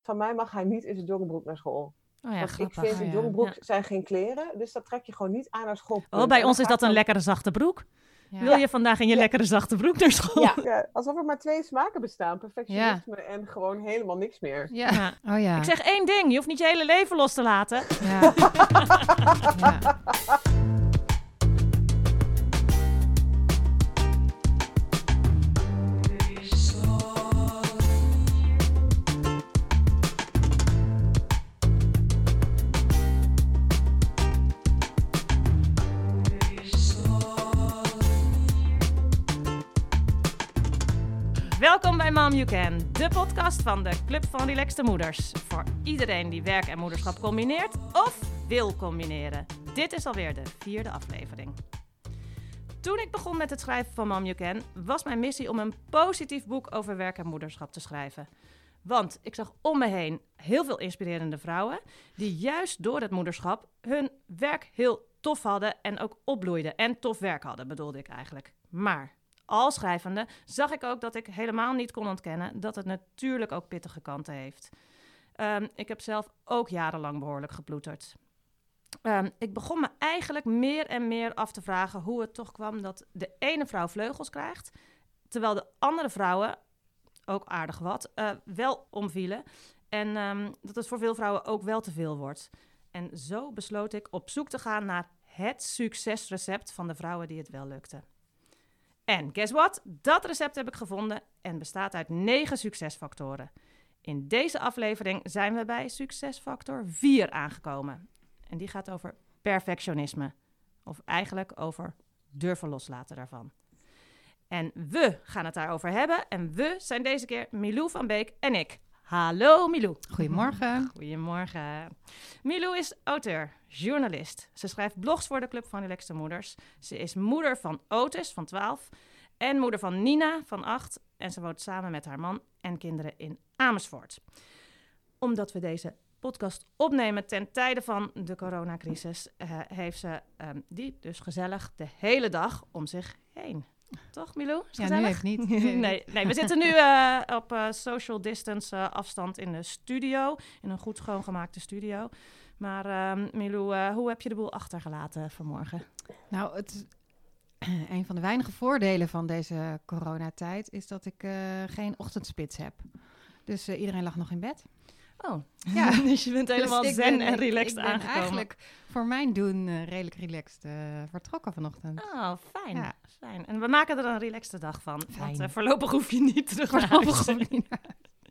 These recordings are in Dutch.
van mij mag hij niet in zijn joggingbroek naar school. Oh ja, Want grappig. ik vind een joggingbroek zijn geen kleren, dus dat trek je gewoon niet aan naar school. Bij ons is dat een lekkere zachte broek. Ja. Wil je vandaag in je lekkere zachte broek naar school? Ja, alsof er maar 2 smaken bestaan. Perfectionisme en gewoon helemaal niks meer. Ja. Oh ja. Ik zeg 1 ding, je hoeft niet je hele leven los te laten. Ja. Ja. Welkom bij Mom You Can, de podcast van de Club van Relaxte Moeders. Voor iedereen die werk en moederschap combineert of wil combineren. Dit is alweer de 4e aflevering. Toen ik begon met het schrijven van Mom You Can, was mijn missie om een positief boek over werk en moederschap te schrijven. Want ik zag om me heen heel veel inspirerende vrouwen die juist door het moederschap hun werk heel tof hadden en ook opbloeiden. En tof werk hadden, bedoelde ik eigenlijk. Maar als schrijvende zag ik ook dat ik helemaal niet kon ontkennen dat het natuurlijk ook pittige kanten heeft. Ik heb zelf ook jarenlang behoorlijk geploeterd. Ik begon me eigenlijk meer en meer af te vragen hoe het toch kwam dat de ene vrouw vleugels krijgt, terwijl de andere vrouwen, ook aardig wat, wel omvielen. En dat het voor veel vrouwen ook wel te veel wordt. En zo besloot ik op zoek te gaan naar het succesrecept van de vrouwen die het wel lukte. En guess what? Dat recept heb ik gevonden en bestaat uit 9 succesfactoren. In deze aflevering zijn we bij succesfactor 4 aangekomen. En die gaat over perfectionisme. Of eigenlijk over durven loslaten daarvan. En we gaan het daarover hebben. En we zijn deze keer Milou van Beek en ik. Hallo Milou. Goedemorgen. Goedemorgen. Milou is auteur, journalist. Ze schrijft blogs voor de Club van Relaxte Moeders. Ze is moeder van Otis van 12 en moeder van Nina van 8. En ze woont samen met haar man en kinderen in Amersfoort. Omdat we deze podcast opnemen ten tijde van de coronacrisis, heeft ze die dus gezellig de hele dag om zich heen. Toch, Milou? Ja, nu even niet. Nee, we zitten nu op social distance afstand in de studio. In een goed schoongemaakte studio. Maar Milou, hoe heb je de boel achtergelaten vanmorgen? Nou, een van de weinige voordelen van deze coronatijd is dat ik geen ochtendspits heb. Dus iedereen lag nog in bed. Oh, ja. Dus je bent helemaal Dus zen en relaxed ik ben aangekomen. eigenlijk voor mijn doen redelijk relaxed vertrokken vanochtend. Oh, fijn. Ja. Fijn. En we maken er een relaxte dag van. Fijn. Want voorlopig hoef je niet terug naar Voorlopig huis. hoef je niet naar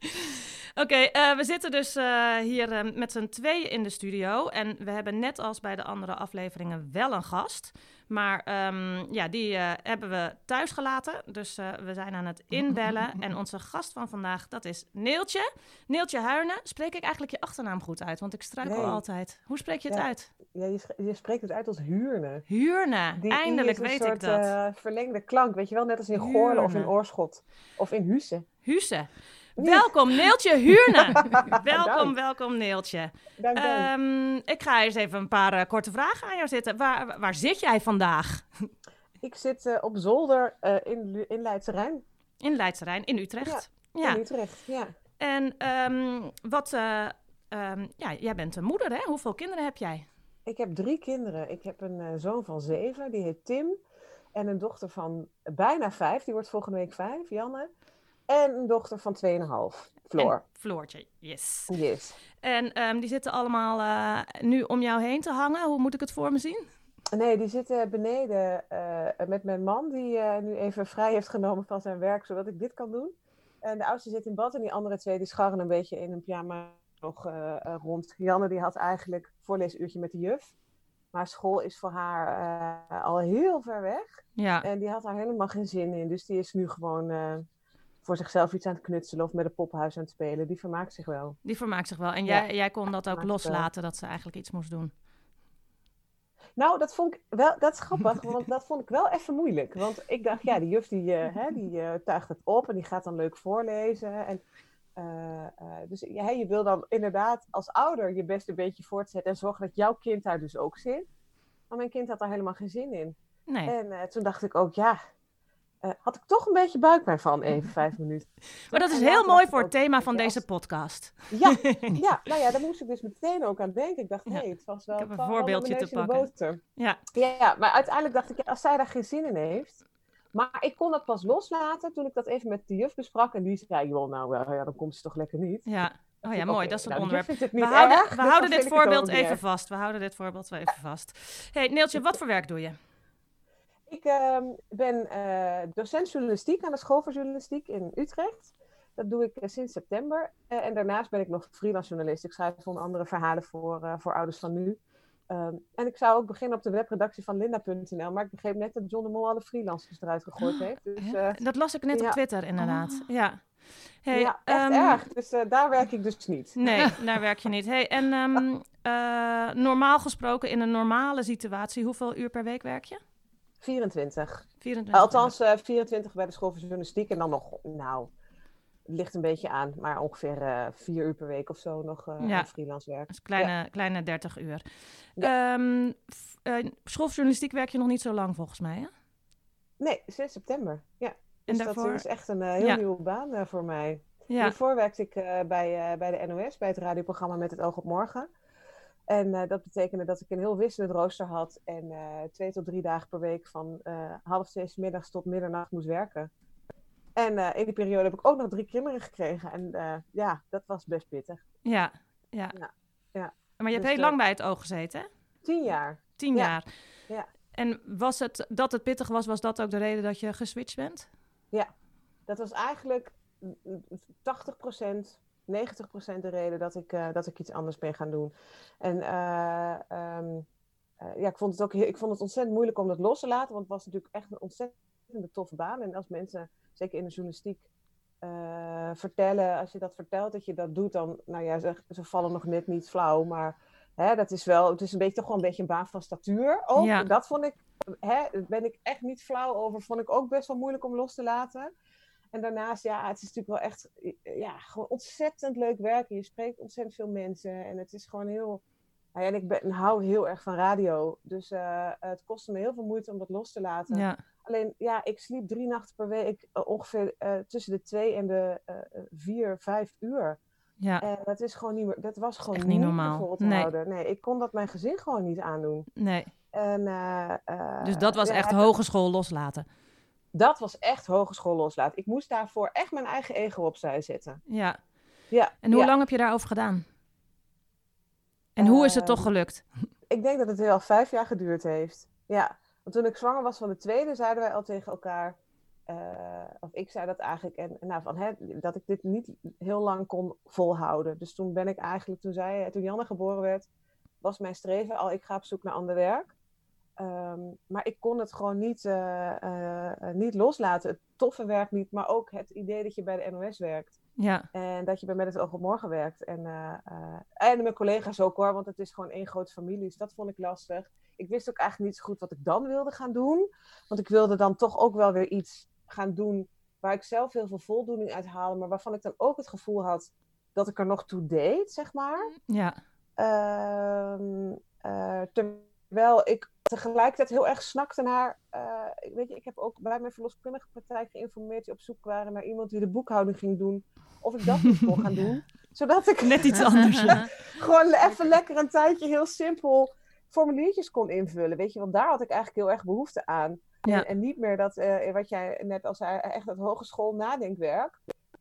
Oké, we zitten dus hier met z'n tweeën in de studio. En we hebben net als bij de andere afleveringen wel een gast. Maar die hebben we thuis gelaten. Dus we zijn aan het inbellen. En onze gast van vandaag, dat is Neeltje. Neeltje Huijne. Spreek ik eigenlijk je achternaam goed uit? Want ik struikel altijd. Hoe spreek je het uit? Ja, je spreekt het uit als Huurne. Huurne. Eindelijk weet ik dat. Een verlengde klank, weet je wel? Net als in Goorle of in Oorschot. Of in Husse. Husse. Welkom Neeltje Huurne. Dank. welkom Neeltje. Dank. Ik ga eens even een paar korte vragen aan jou zitten. Waar zit jij vandaag? Ik zit op zolder in Leidse Rijn. In Leidse Rijn, in Utrecht. Ja. In Utrecht, ja. En jij bent een moeder, hè? Hoeveel kinderen heb jij? Ik heb 3 kinderen. Ik heb een zoon van 7, die heet Tim. En een dochter van bijna 5, die wordt volgende week 5, Janne. En een dochter van 2,5, Floor. En Floortje, yes. Yes. En die zitten allemaal nu om jou heen te hangen. Hoe moet ik het voor me zien? Nee, die zitten beneden met mijn man, die nu even vrij heeft genomen van zijn werk, zodat ik dit kan doen. En de oudste zit in bad en die andere 2 die scharren een beetje in een pyjama nog rond. Janne die had eigenlijk voorleesuurtje met de juf. Maar school is voor haar al heel ver weg. Ja. En die had daar helemaal geen zin in. Dus die is nu gewoon voor zichzelf iets aan het knutselen of met een poppenhuis aan het spelen. Die vermaakt zich wel. Die vermaakt zich wel. En jij kon dat ook loslaten, dat ze eigenlijk iets moest doen. Nou, dat vond ik wel, dat is grappig, want dat vond ik wel even moeilijk. Want ik dacht, ja, die juf die tuigt het op en die gaat dan leuk voorlezen. En, dus je wil dan inderdaad als ouder je best een beetje voortzetten en zorgen dat jouw kind daar dus ook zit. Maar mijn kind had daar helemaal geen zin in. Nee. En toen dacht ik ook, ja, had ik toch een beetje buikpijn van, even 5 minuten. Maar dat is En heel later mooi dacht voor ik het ook, thema weet van je, deze podcast. Ja, nou ja, daar moest ik dus meteen ook aan denken. Ik dacht, Ja. het was Ik wel, heb een val wel met voorbeeldje mijn te neus in de pakken. boter. Ja, Ja, maar uiteindelijk dacht ik, ja, als zij daar geen zin in heeft. Maar ik kon dat pas loslaten toen ik dat even met de juf besprak. En die zei, joh, nou ja, dan komt ze toch lekker niet. ja. Oh ja, mooi, dat is een Nou, de onderwerp. juf vindt het We niet houden, erg, we dus houden dan dit vind ik het voorbeeld ook niet even erg. vast. We houden dit voorbeeld wel even vast. Hey, Neeltje, wat voor werk doe je? Ik ben docent journalistiek aan de School voor Journalistiek in Utrecht. Dat doe ik sinds september. En daarnaast ben ik nog freelance journalist. Ik schrijf onder andere verhalen voor ouders van nu. En ik zou ook beginnen op de webredactie van Linda.nl. Maar ik begreep net dat John de Mol alle freelancers eruit gegooid heeft. Dus, Dat las ik net op ja. Twitter, inderdaad. Ja. Hey, Ja, echt erg. Dus daar werk ik dus niet. Nee, daar werk je niet. Hey, en normaal gesproken, in een normale situatie, hoeveel uur per week werk je? 24. 24 Althans, 24 bij de School voor Journalistiek. En dan nog, nou, het ligt een beetje aan. Maar ongeveer 4 uur per week of zo nog aan freelance werk. Dus kleine 30 uur. Ja. School voor Journalistiek werk je nog niet zo lang volgens mij, hè? Nee, sinds september. Ja. En Dus daarvoor... dat is echt een heel nieuwe baan voor mij. Ja. Hiervoor werkte ik bij de NOS, bij het radioprogramma Met het oog op morgen. En dat betekende dat ik een heel wisselend rooster had. En 2 tot 3 dagen per week van 1:30 middags tot middernacht moest werken. En in die periode heb ik ook nog 3 kinderen gekregen. En dat was best pittig. Ja. Maar je hebt heel lang bij het oog gezeten, hè? 10 jaar. 10 jaar. Ja. En was het dat het pittig was dat ook de reden dat je geswitcht bent? Ja, dat was eigenlijk 80%, 90% de reden dat ik iets anders ben gaan doen. En ik vond het ontzettend moeilijk om dat los te laten, want het was natuurlijk echt een ontzettend toffe baan. En als mensen, zeker in de journalistiek, vertellen, als je dat vertelt dat je dat doet, dan, nou ja, ze vallen nog net niet flauw, maar het is een beetje toch wel een beetje een baan van statuur ook. Ja. Dat vond ik, ben ik echt niet flauw over, vond ik ook best wel moeilijk om los te laten. En daarnaast, het is natuurlijk wel echt, gewoon ontzettend leuk werken. Je spreekt ontzettend veel mensen en het is gewoon heel... en ik hou heel erg van radio, dus het kostte me heel veel moeite om dat los te laten. Ja. Alleen, ik sliep 3 nachten per week ongeveer tussen de 2 en de 4, 5 uur. Ja. En dat is gewoon niet meer, dat was gewoon niet normaal. Vol te houden. Nee, ik kon dat mijn gezin gewoon niet aandoen. Nee. En, dus dat was echt hogeschool loslaten? Dat was echt hogeschool loslaten. Ik moest daarvoor echt mijn eigen ego opzij zetten. Ja. Ja. En hoe lang heb je daarover gedaan? En hoe is het toch gelukt? Ik denk dat het wel 5 jaar geduurd heeft. Ja, want toen ik zwanger was van de tweede, zeiden wij al tegen elkaar... of ik zei dat eigenlijk, dat ik dit niet heel lang kon volhouden. Dus toen ben ik eigenlijk, toen Janne geboren werd, was mijn streven al, ik ga op zoek naar ander werk. Maar ik kon het gewoon niet loslaten. Het toffe werk niet, maar ook het idee dat je bij de NOS werkt. Ja. En dat je bij Met het oog op morgen werkt. En mijn collega's ook hoor, want het is gewoon één grote familie. Dus dat vond ik lastig. Ik wist ook eigenlijk niet zo goed wat ik dan wilde gaan doen. Want ik wilde dan toch ook wel weer iets gaan doen waar ik zelf heel veel voldoening uit haalde. Maar waarvan ik dan ook het gevoel had dat ik er nog toe deed, zeg maar. Ja. Terwijl ik tegelijkertijd heel erg snakte naar... ik heb ook bij mijn verloskundige praktijk geïnformeerd die op zoek waren naar iemand die de boekhouding ging doen. Of ik dat niet kon gaan doen. Zodat ik net iets anders. gewoon even lekker een tijdje heel simpel formuliertjes kon invullen. Weet je, want daar had ik eigenlijk heel erg behoefte aan. Ja. En niet meer dat, wat jij net al zei, echt dat hogeschool nadenkwerk.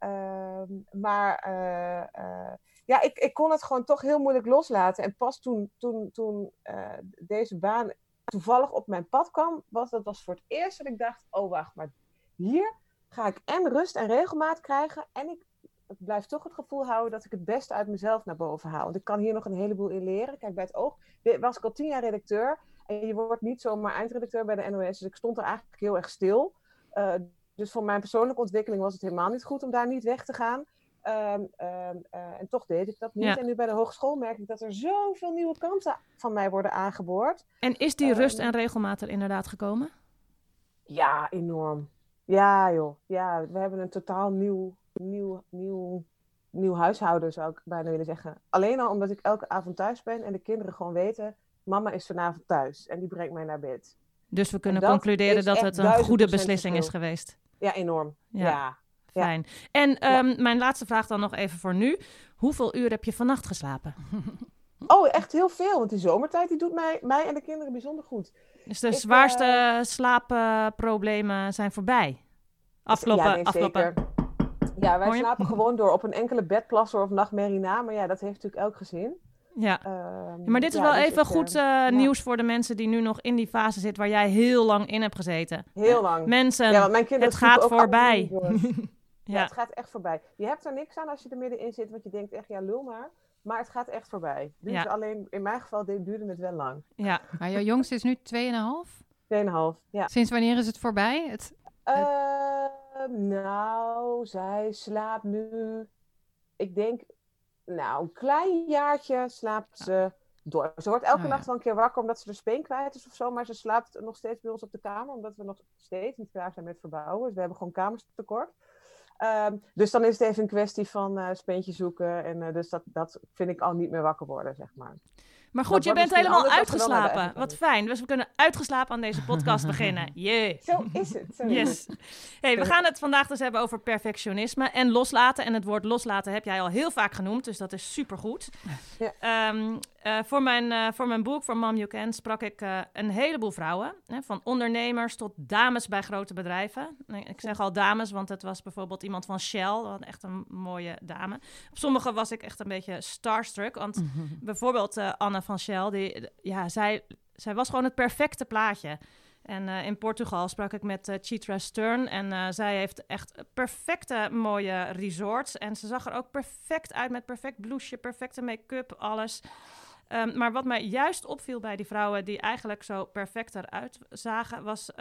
Ik kon het gewoon toch heel moeilijk loslaten. En pas toen deze baan toevallig op mijn pad kwam, dat was voor het eerst dat ik dacht, oh wacht, maar hier ga ik en rust en regelmaat krijgen. En ik blijf toch het gevoel houden dat ik het beste uit mezelf naar boven haal. Want ik kan hier nog een heleboel in leren. Kijk, bij het oog was ik al 10 jaar redacteur. En je wordt niet zomaar eindredacteur bij de NOS. Dus ik stond er eigenlijk heel erg stil. Dus voor mijn persoonlijke ontwikkeling was het helemaal niet goed om daar niet weg te gaan. En toch deed ik dat niet. Ja. En nu bij de hogeschool merk ik dat er zoveel nieuwe kanten van mij worden aangeboord. En is die rust en regelmaat er inderdaad gekomen? Ja, enorm. Ja, joh. Ja, we hebben een totaal nieuw huishouden, zou ik bijna willen zeggen. Alleen al omdat ik elke avond thuis ben en de kinderen gewoon weten, mama is vanavond thuis en die brengt mij naar bed. Dus we kunnen dat concluderen is dat echt het een goede 1000% beslissing is verschil. geweest. Ja, enorm. Ja. Ja. Fijn. En mijn laatste vraag dan nog even voor nu. Hoeveel uur heb je vannacht geslapen? Oh, echt heel veel. Want die zomertijd die doet mij en de kinderen bijzonder goed. Dus de zwaarste slaapproblemen zijn voorbij. Afgelopen. Zeker. Ja, wij Hoor je? slapen gewoon door op een enkele bedplasser of nachtmerrie na. Maar ja, dat heeft natuurlijk elk gezin. Ja. Maar dit is wel dus even goed nieuws voor de mensen die nu nog in die fase zitten waar jij heel lang in hebt gezeten. Heel lang. Mensen, Ja, want mijn kinderen het gaat sliepen ook voorbij. allemaal door. Ja. Het gaat echt voorbij. Je hebt er niks aan als je er middenin zit, want je denkt echt, ja, lul maar. Maar het gaat echt voorbij. Dus alleen, in mijn geval duurde het wel lang. Ja. Maar jouw jongste is nu 2,5? 2,5, ja. Sinds wanneer is het voorbij? Nou, zij slaapt nu, ik denk, een klein jaartje slaapt ze door. Ze wordt elke nacht wel een keer wakker omdat ze de speen kwijt is of zo, maar ze slaapt nog steeds bij ons op de kamer, omdat we nog steeds niet klaar zijn met verbouwen. Dus we hebben gewoon kamerstekort. Dus dan is het even een kwestie van speentje zoeken. En dus dat vind ik al niet meer wakker worden, zeg maar. Maar goed, je bent helemaal uitgeslapen. Wat fijn. Dus we kunnen uitgeslapen aan deze podcast beginnen. Yeah. Zo is het. Yes. Hey, we gaan het vandaag dus hebben over perfectionisme en loslaten. En het woord loslaten heb jij al heel vaak genoemd, dus dat is supergoed. Ja. Voor mijn boek, voor Mom You Can, sprak ik een heleboel vrouwen. Van ondernemers tot dames bij grote bedrijven. Ik zeg al dames, want het was bijvoorbeeld iemand van Shell. Echt een mooie dame. Op sommige was ik echt een beetje starstruck. Want bijvoorbeeld Anne van Shell, zij was gewoon het perfecte plaatje. En in Portugal sprak ik met Chitra Stern. En zij heeft echt perfecte mooie resorts. En ze zag er ook perfect uit met perfect blouseje, perfecte make-up, alles. Maar wat mij juist opviel bij die vrouwen die eigenlijk zo perfect eruit zagen, was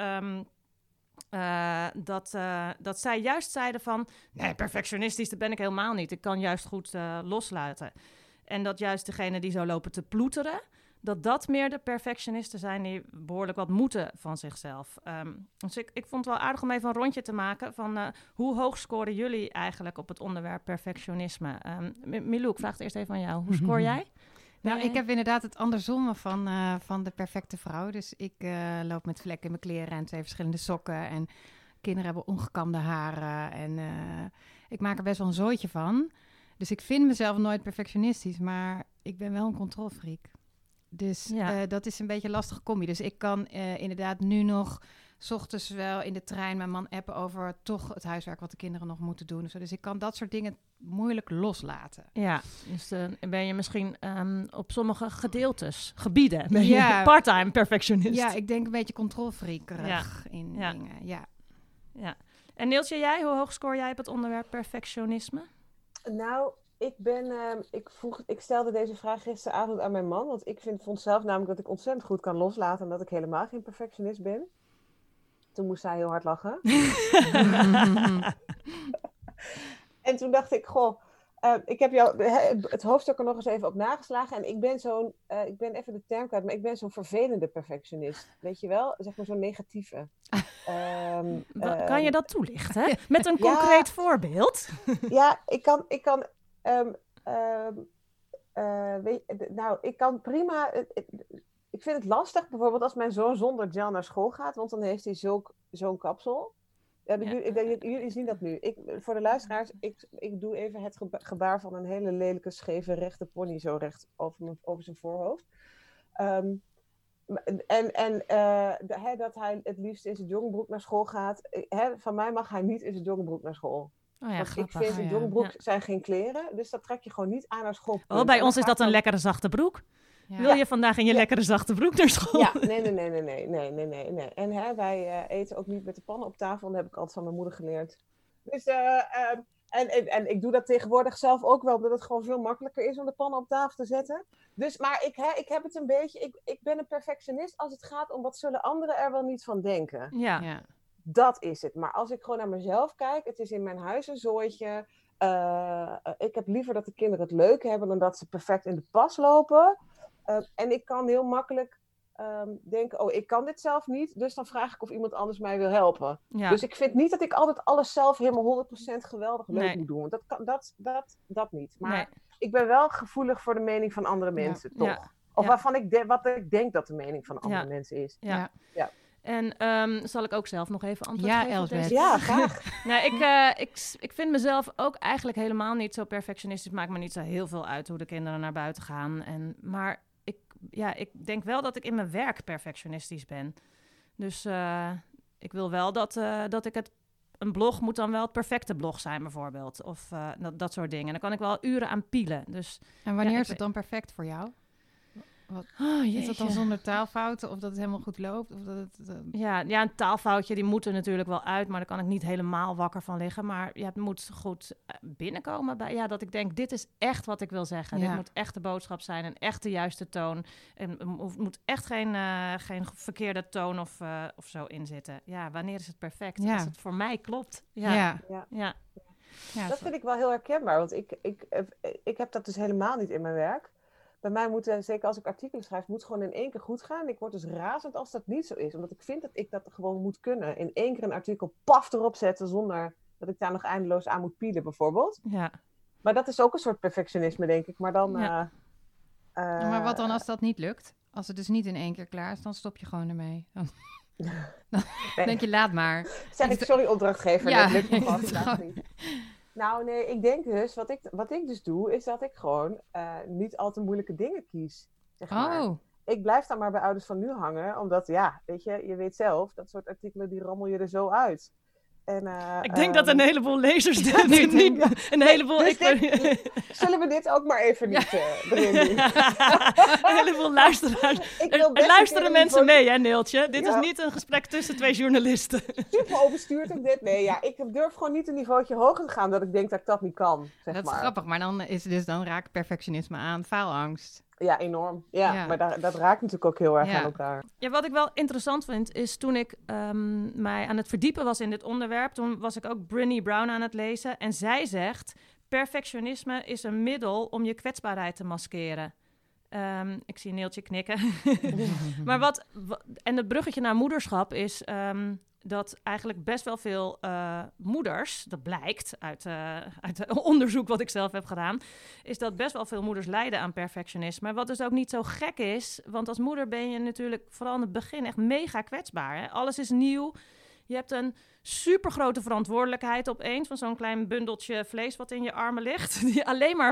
dat zij juist zeiden van, nee, perfectionistisch, dat ben ik helemaal niet. Ik kan juist goed loslaten. En dat juist degene die zo lopen te ploeteren, dat meer de perfectionisten zijn die behoorlijk wat moeten van zichzelf. Dus ik vond het wel aardig om even een rondje te maken van hoe hoog scoren jullie eigenlijk op het onderwerp perfectionisme? Milou, ik vraag het eerst even aan jou. Hoe scoor jij? Nou, ik heb inderdaad het andersomme van de perfecte vrouw. Dus ik loop met vlekken in mijn kleren en 2 verschillende sokken. En kinderen hebben ongekamde haren. En ik maak er best wel een zooitje van. Dus ik vind mezelf nooit perfectionistisch, maar ik ben wel een controlfreak. Dus dat is een beetje een lastige combi. Dus ik kan inderdaad nu nog 's ochtends wel in de trein mijn man appen over toch het huiswerk wat de kinderen nog moeten doen. Dus ik kan dat soort dingen moeilijk loslaten. Ja, dus ben je misschien op sommige gebieden, ben je part-time perfectionist. Ja, ik denk een beetje controlfreakerig in dingen. Ja. En Neeltje, jij, hoe hoog scoor jij op het onderwerp perfectionisme? Nou, ik stelde deze vraag gisteravond aan mijn man, want ik vond zelf namelijk dat ik ontzettend goed kan loslaten en dat ik helemaal geen perfectionist ben. Toen moest hij heel hard lachen. En toen dacht ik, ik heb jou het hoofdstuk er nog eens even op nageslagen en ik ben even de term kwijt, maar ik ben zo'n vervelende perfectionist. Weet je wel? Zeg maar zo'n negatieve. Kan je dat toelichten? Met een concreet voorbeeld? Ja, ik kan prima. Ik vind het lastig bijvoorbeeld als mijn zoon zonder gel naar school gaat, want dan heeft hij zo'n kapsel. Jullie zien dat nu. Voor de luisteraars, ik doe even het gebaar van een hele lelijke, scheve, rechte pony zo recht over zijn voorhoofd. Dat hij het liefst in zijn joggingbroek naar school gaat. Van mij mag hij niet in zijn joggingbroek naar school. Oh ja, want grappig. ik vind een joggingbroek zijn geen kleren, dus dat trek je gewoon niet aan naar school. Bij ons is dat een lekkere zachte broek. Ja. Wil je vandaag in je lekkere zachte broek naar school? Ja, nee. En wij eten ook niet met de pannen op tafel. Dat heb ik altijd van mijn moeder geleerd. Dus, en ik doe dat tegenwoordig zelf ook wel, omdat het gewoon veel makkelijker is om de pannen op tafel te zetten. Dus, maar ik heb het een beetje. Ik ben een perfectionist als het gaat om wat zullen anderen er wel niet van denken. Ja. Dat is het. Maar als ik gewoon naar mezelf kijk, het is in mijn huis een zooitje. Ik heb liever dat de kinderen het leuk hebben dan dat ze perfect in de pas lopen. En ik kan heel makkelijk denken, ik kan dit zelf niet, dus dan vraag ik of iemand anders mij wil helpen. Ja. Dus ik vind niet dat ik altijd alles zelf helemaal 100% geweldig leuk moet doen. Dat niet. Maar ik ben wel gevoelig voor de mening van andere mensen, toch? Ja. Of wat ik denk dat de mening van andere mensen is. Ja. En zal ik ook zelf nog even antwoord geven? Elsbeth. Ja, graag. Nou, ik vind mezelf ook eigenlijk helemaal niet zo perfectionistisch. Maakt me niet zo heel veel uit hoe de kinderen naar buiten gaan. Maar ik denk wel dat ik in mijn werk perfectionistisch ben. Dus ik wil wel dat ik een blog moet dan wel het perfecte blog zijn bijvoorbeeld. Of dat soort dingen. En dan kan ik wel uren aan pielen. Dus, En wanneer is het dan perfect voor jou? Is dat dan zonder taalfouten of dat het helemaal goed loopt? Of dat het, Ja, een taalfoutje, die moet er natuurlijk wel uit, maar daar kan ik niet helemaal wakker van liggen. Maar het moet goed binnenkomen bij, dat ik denk, dit is echt wat ik wil zeggen. Dit moet echt de boodschap zijn en echt de juiste toon. En er moet echt geen verkeerde toon of zo in zitten. Ja, wanneer is het perfect? Als het voor mij klopt. Ja. Dat vind ik wel heel herkenbaar, want ik heb dat dus helemaal niet in mijn werk. Bij mij moet, zeker als ik artikelen schrijf, moet gewoon in 1 keer goed gaan. Ik word dus razend als dat niet zo is. Omdat ik vind dat ik dat gewoon moet kunnen. In 1 keer een artikel paf erop zetten zonder dat ik daar nog eindeloos aan moet pielen bijvoorbeeld. Ja. Maar dat is ook een soort perfectionisme, denk ik. Maar dan... maar wat dan als dat niet lukt? Als het dus niet in 1 keer klaar is, dan stop je gewoon ermee. Dan denk je, laat maar. Zeg ik, sorry opdrachtgever, dat lukt me gewoon vandaag niet. Nou nee, ik denk dus, wat ik dus doe, is dat ik gewoon niet al te moeilijke dingen kies. Zeg maar. Ik blijf dan maar bij Ouders van Nu hangen, omdat weet je weet zelf, dat soort artikelen die rammel je er zo uit. En, ik denk dat een heleboel lezers dit niet... Een heleboel... Zullen we dit ook maar even niet erin doen? Een heleboel luisteraars. Luisteren mensen mee, hè, Neeltje? Dit is niet een gesprek tussen 2 journalisten. Super overstuurd en dit. Nee, ik durf gewoon niet een niveautje hoger te gaan, dat ik denk dat ik dat niet kan. Dat is grappig, maar dan raakt perfectionisme aan faalangst. Ja, enorm. Ja. Maar dat raakt natuurlijk ook heel erg aan elkaar. Ja, wat ik wel interessant vind, is toen ik mij aan het verdiepen was in dit onderwerp, toen was ik ook Brené Brown aan het lezen. En zij zegt, perfectionisme is een middel om je kwetsbaarheid te maskeren. Ik zie Neeltje knikken. Maar en het bruggetje naar moederschap is... dat eigenlijk best wel veel moeders, dat blijkt uit onderzoek wat ik zelf heb gedaan, is dat best wel veel moeders lijden aan perfectionisme. Wat dus ook niet zo gek is, want als moeder ben je natuurlijk vooral in het begin echt mega kwetsbaar. Hè? Alles is nieuw. Je hebt een supergrote verantwoordelijkheid opeens van zo'n klein bundeltje vlees wat in je armen ligt, die alleen maar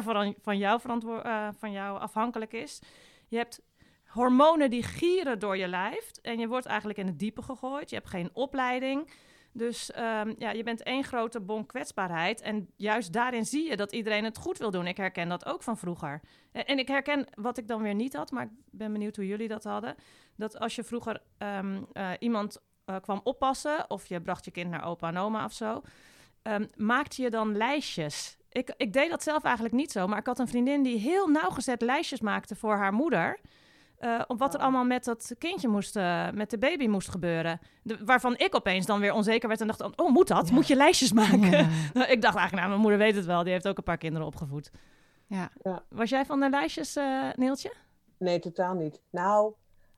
van jou afhankelijk is. Je hebt hormonen die gieren door je lijf en je wordt eigenlijk in het diepe gegooid. Je hebt geen opleiding. Dus je bent 1 grote bonk kwetsbaarheid. En juist daarin zie je dat iedereen het goed wil doen. Ik herken dat ook van vroeger. En ik herken wat ik dan weer niet had, maar ik ben benieuwd hoe jullie dat hadden. Dat als je vroeger iemand kwam oppassen of je bracht je kind naar opa en oma of zo, maakte je dan lijstjes. Ik deed dat zelf eigenlijk niet zo, maar ik had een vriendin die heel nauwgezet lijstjes maakte voor haar moeder. Op wat er allemaal met dat kindje met de baby moest gebeuren. Waarvan ik opeens dan weer onzeker werd en dacht, moet dat? Ja. Moet je lijstjes maken? Ja. Ik dacht eigenlijk, mijn moeder weet het wel. Die heeft ook een paar kinderen opgevoed. Ja. Was jij van de lijstjes, Neeltje? Nee, totaal niet. Nou,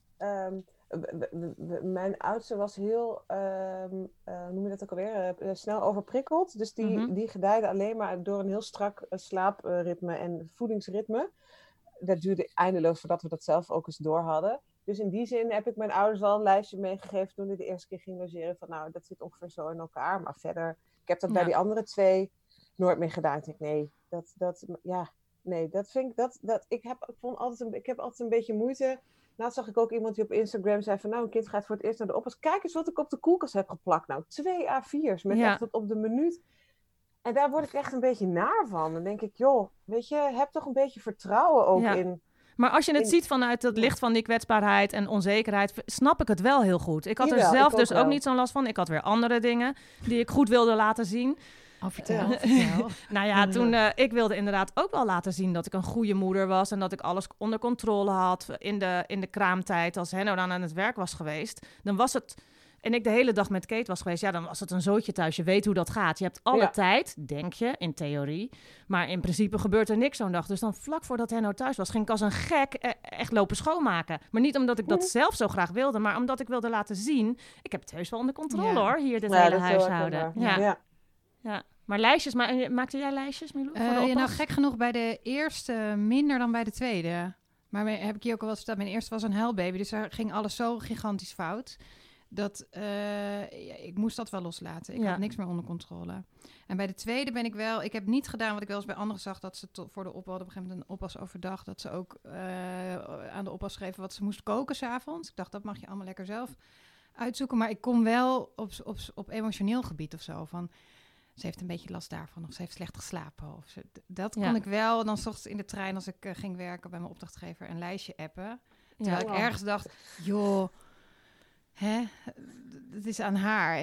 mijn oudste was heel, hoe noem je dat ook alweer, snel overprikkeld. Dus die gedijde alleen maar door een heel strak slaapritme en voedingsritme. Dat duurde eindeloos voordat we dat zelf ook eens door hadden. Dus in die zin heb ik mijn ouders wel een lijstje meegegeven toen ik de eerste keer ging logeren. Van nou, dat zit ongeveer zo in elkaar. Maar verder, ik heb dat bij die andere 2 nooit meer gedaan. Ik denk, ik heb altijd een beetje moeite. Laatst zag ik ook iemand die op Instagram zei van nou, een kind gaat voor het eerst naar de oppas. Kijk eens wat ik op de koelkast heb geplakt. Nou, 2 A4's met echt tot op de minuut. En daar word ik echt een beetje naar van. Dan denk ik, joh, weet je, heb toch een beetje vertrouwen ook in. Maar als je het ziet vanuit het licht van die kwetsbaarheid en onzekerheid, snap ik het wel heel goed. Ik had er zelf dus ook niet zo'n last van. Ik had weer andere dingen die ik goed wilde laten zien. Vertel. Nou ja, toen ik wilde inderdaad ook wel laten zien dat ik een goede moeder was en dat ik alles onder controle had in de kraamtijd. Als Henno dan aan het werk was geweest, dan was het... En ik de hele dag met Kate was geweest, dan was het een zootje thuis. Je weet hoe dat gaat. Je hebt alle tijd, denk je, in theorie. Maar in principe gebeurt er niks zo'n dag. Dus dan vlak voordat Henno thuis was, ging ik als een gek echt lopen schoonmaken. Maar niet omdat ik dat zelf zo graag wilde, maar omdat ik wilde laten zien, ik heb het heus wel onder controle hoor, hier dit hele huishouden. Ja. Maar lijstjes, maakte jij lijstjes, Milou? Nou, gek genoeg bij de eerste minder dan bij de tweede. Maar heb ik hier ook al wat verteld. Mijn eerste was een huilbaby, dus daar ging alles zo gigantisch fout. ik moest dat wel loslaten. Ik had niks meer onder controle. En bij de tweede ben ik wel... Ik heb niet gedaan wat ik wel eens bij anderen zag... dat ze voor de oppas, op een gegeven moment een oppas overdag... dat ze ook aan de oppas schreven wat ze moest koken 's avonds. Ik dacht, dat mag je allemaal lekker zelf uitzoeken. Maar ik kon wel op emotioneel gebied of zo... van ze heeft een beetje last daarvan... of ze heeft slecht geslapen. Dat kon ik wel. Dan 's ochtends in de trein als ik ging werken... bij mijn opdrachtgever een lijstje appen. Terwijl ik ergens dacht... joh... het is aan haar.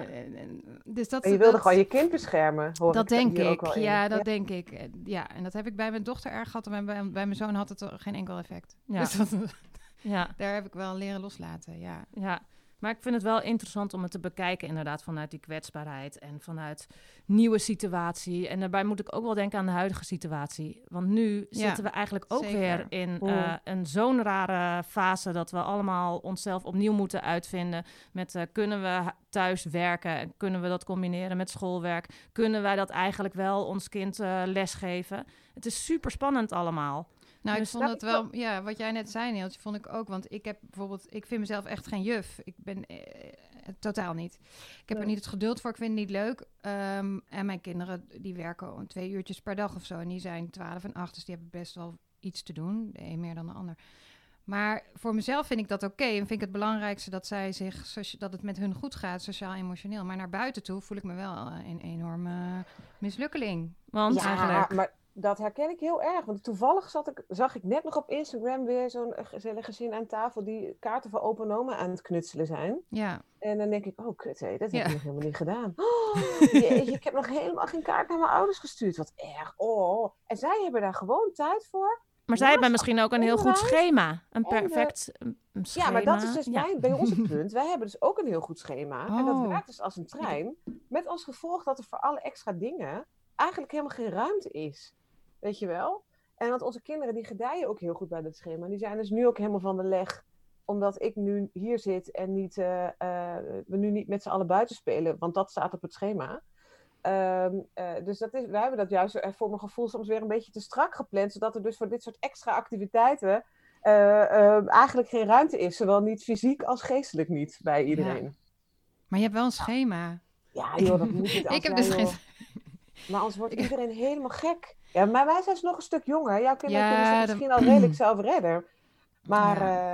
Dus dat, en je wilde gewoon je kind beschermen. Dat denk ik. Dat denk ik. Ja, en dat heb ik bij mijn dochter erg gehad. En bij mijn zoon had het geen enkel effect. Ja. Dus daar heb ik wel leren loslaten. Ja. Maar ik vind het wel interessant om het te bekijken inderdaad vanuit die kwetsbaarheid en vanuit nieuwe situatie. En daarbij moet ik ook wel denken aan de huidige situatie. Want nu zitten we eigenlijk ook weer in een zo'n rare fase dat we allemaal onszelf opnieuw moeten uitvinden. Met kunnen we thuis werken? Kunnen we dat combineren met schoolwerk? Kunnen wij dat eigenlijk wel ons kind lesgeven? Het is super spannend allemaal. Nou, ik vond het wel, wat jij net zei, Neeltje, vond ik ook. Want ik heb bijvoorbeeld, ik vind mezelf echt geen juf. Ik ben totaal niet. Ik heb er niet het geduld voor, ik vind het niet leuk. En mijn kinderen, die werken 2 uurtjes per dag of zo. En die zijn 12 en 8, dus die hebben best wel iets te doen. De een meer dan de ander. Maar voor mezelf vind ik dat oké. En vind ik het belangrijkste dat dat het met hun goed gaat, sociaal en emotioneel. Maar naar buiten toe voel ik me wel een enorme mislukkeling. Want eigenlijk... maar dat herken ik heel erg. Want toevallig zag ik net nog op Instagram weer zo'n gezellig gezin aan tafel die kaarten voor opa en oma aan het knutselen zijn. Ja. En dan denk ik, oh kut, dat heb ik nog helemaal niet gedaan. Jeetje, ik heb nog helemaal geen kaart naar mijn ouders gestuurd. Wat erg. Oh. En zij hebben daar gewoon tijd voor. Maar zij hebben misschien ook een heel goed schema. Een perfect schema. Ja, maar dat is dus bij ons het punt. Wij hebben dus ook een heel goed schema. En dat werkt dus als een trein. Met als gevolg dat er voor alle extra dingen eigenlijk helemaal geen ruimte is. Weet je wel? En want onze kinderen die gedijen ook heel goed bij dat schema. Die zijn dus nu ook helemaal van de leg. Omdat ik nu hier zit en we nu niet met z'n allen buiten spelen. Want dat staat op het schema. Dus wij hebben dat juist voor mijn gevoel soms weer een beetje te strak gepland. Zodat er dus voor dit soort extra activiteiten eigenlijk geen ruimte is. Zowel niet fysiek als geestelijk niet bij iedereen. Ja. Maar je hebt wel een schema. Ja joh, dat moet niet. Ik heb dus geen... Maar anders wordt iedereen helemaal gek. Ja, maar wij zijn nog een stuk jonger. Jouw kinderen kunnen zich misschien al redelijk zelf redden. Maar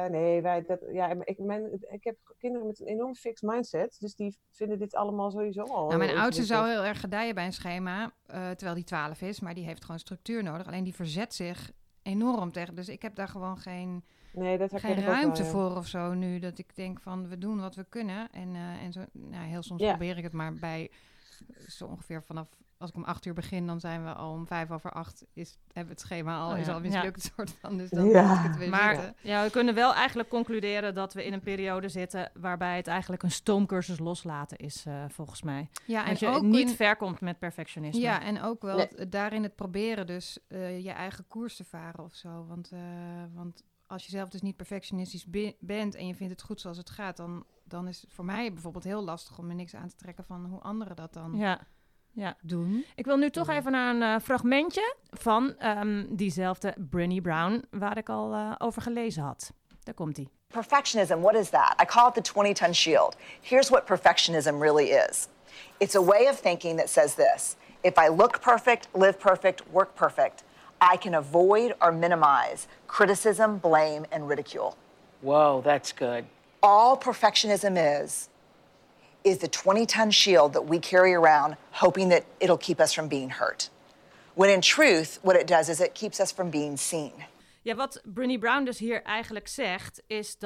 ik heb kinderen met een enorm fixed mindset. Dus die vinden dit allemaal sowieso al. Nou, mijn oudste zou heel erg gedijen bij een schema. Terwijl die 12 is. Maar die heeft gewoon structuur nodig. Alleen die verzet zich enorm tegen. Dus ik heb daar gewoon geen ruimte voor of zo nu. Dat ik denk van, we doen wat we kunnen. En zo, heel soms probeer ik het maar bij zo ongeveer vanaf... Als ik om 8 uur begin, dan zijn we al om 5:05. Hebben we het schema al, is al mislukt soort van. Dus dan moet ik het weer zitten. Ja, we kunnen wel eigenlijk concluderen dat we in een periode zitten waarbij het eigenlijk een stoomcursus loslaten is, volgens mij. Ja, en dat je ook niet ver komt met perfectionisme. Ja, en ook wel daarin het proberen dus je eigen koers te varen of zo. Want als je zelf dus niet perfectionistisch bent en je vindt het goed zoals het gaat, dan is het voor mij bijvoorbeeld heel lastig om er niks aan te trekken van hoe anderen dat dan... Ja, doen. Ik wil nu toch even naar een fragmentje van diezelfde Brené Brown, waar ik al over gelezen had. Daar komt-ie. Perfectionism, what is that? I call it the 20-ton shield. Here's what perfectionism really is. It's a way of thinking that says this. If I look perfect, live perfect, work perfect, I can avoid or minimize criticism, blame, and ridicule. Whoa, that's good. All perfectionism is the 20-ton shield that we carry around hoping that it'll keep us from being hurt. When in truth, what it does is it keeps us from being seen. Ja, wat Brené Brown dus hier eigenlijk zegt, is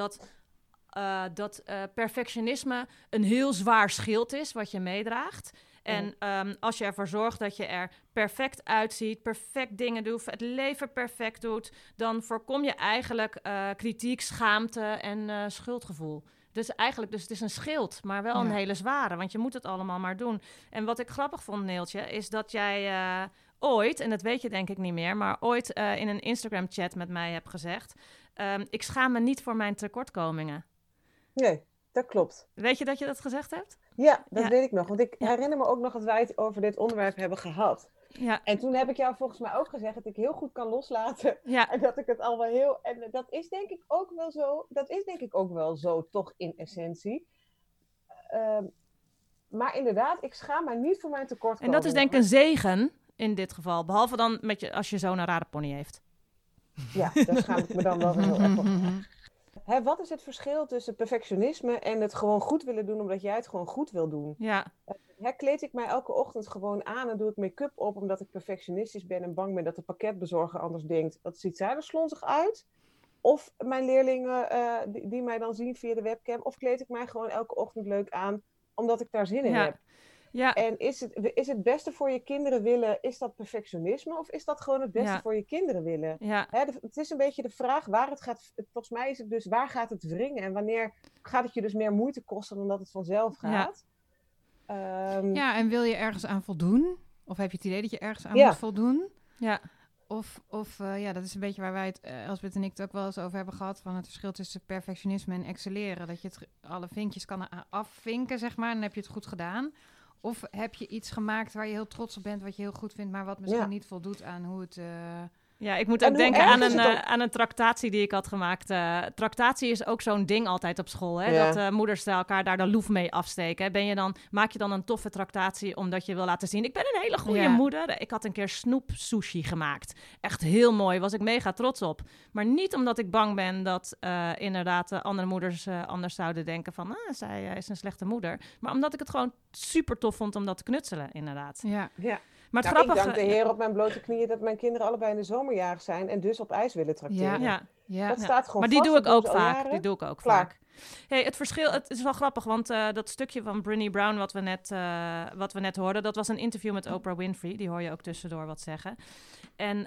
dat perfectionisme een heel zwaar schild is wat je meedraagt. En als je ervoor zorgt dat je er perfect uitziet, perfect dingen doet, het leven perfect doet, dan voorkom je eigenlijk kritiek, schaamte en schuldgevoel. Dus het is een schild, maar wel een hele zware, want je moet het allemaal maar doen. En wat ik grappig vond, Neeltje, is dat jij ooit, en dat weet je denk ik niet meer, maar ooit in een Instagram-chat met mij hebt gezegd, ik schaam me niet voor mijn tekortkomingen. Nee, dat klopt. Weet je dat je dat gezegd hebt? Ja, dat weet ik nog. Want ik herinner me ook nog dat wij het over dit onderwerp hebben gehad. Ja. En toen heb ik jou volgens mij ook gezegd dat ik heel goed kan loslaten. Ja. En dat ik het allemaal heel... En dat is denk ik ook wel zo. Dat is denk ik ook wel zo, toch in essentie. Maar inderdaad, ik schaam mij niet voor mijn tekortkomingen. En dat is denk ik een zegen in dit geval. Behalve dan als je zo'n een rare pony heeft. Ja, daar schaam ik me dan wel heel erg voor. Wat is het verschil tussen perfectionisme en het gewoon goed willen doen omdat jij het gewoon goed wil doen? Ja. Kleed ik mij elke ochtend gewoon aan en doe ik make-up op omdat ik perfectionistisch ben en bang ben dat de pakketbezorger anders denkt, wat ziet zij er slonzig uit? Of mijn leerlingen die mij dan zien via de webcam, of kleed ik mij gewoon elke ochtend leuk aan omdat ik daar zin in heb? Ja. En is het beste voor je kinderen willen, is dat perfectionisme of is dat gewoon het beste voor je kinderen willen? Ja. Het is een beetje de vraag waar het gaat, volgens mij is het dus waar gaat het wringen en wanneer gaat het je dus meer moeite kosten dan dat het vanzelf gaat? Ja, en wil je ergens aan voldoen? Of heb je het idee dat je ergens aan moet voldoen? Ja. Of dat is een beetje waar wij het, Elsbeth en ik het ook wel eens over hebben gehad, van het verschil tussen perfectionisme en excelleren. Dat je alle vinkjes kan afvinken, zeg maar, en dan heb je het goed gedaan. Of heb je iets gemaakt waar je heel trots op bent, wat je heel goed vindt, maar wat misschien niet voldoet aan hoe het... Ja, ik moet ook denken aan een tractatie die ik had gemaakt. Tractatie is ook zo'n ding altijd op school. Hè? Ja. Dat moeders elkaar daar de loef mee afsteken. Maak je dan een toffe tractatie omdat je wil laten zien, ik ben een hele goede moeder. Ik had een keer snoepsushi gemaakt. Echt heel mooi, was ik mega trots op. Maar niet omdat ik bang ben dat inderdaad andere moeders anders zouden denken van, zij is een slechte moeder. Maar omdat ik het gewoon super tof vond om dat te knutselen, inderdaad. Ja. Maar het grappige... Ik dank de Heer op mijn blote knieën dat mijn kinderen allebei in de zomerjarig zijn en dus op ijs willen trakteren. Ja. Dat staat gewoon maar die vast, doe ik ook vaak. Klaar. Hey, het verschil, het is wel grappig, want dat stukje van Brené Brown wat we net hoorden, dat was een interview met Oprah Winfrey. Die hoor je ook tussendoor wat zeggen. En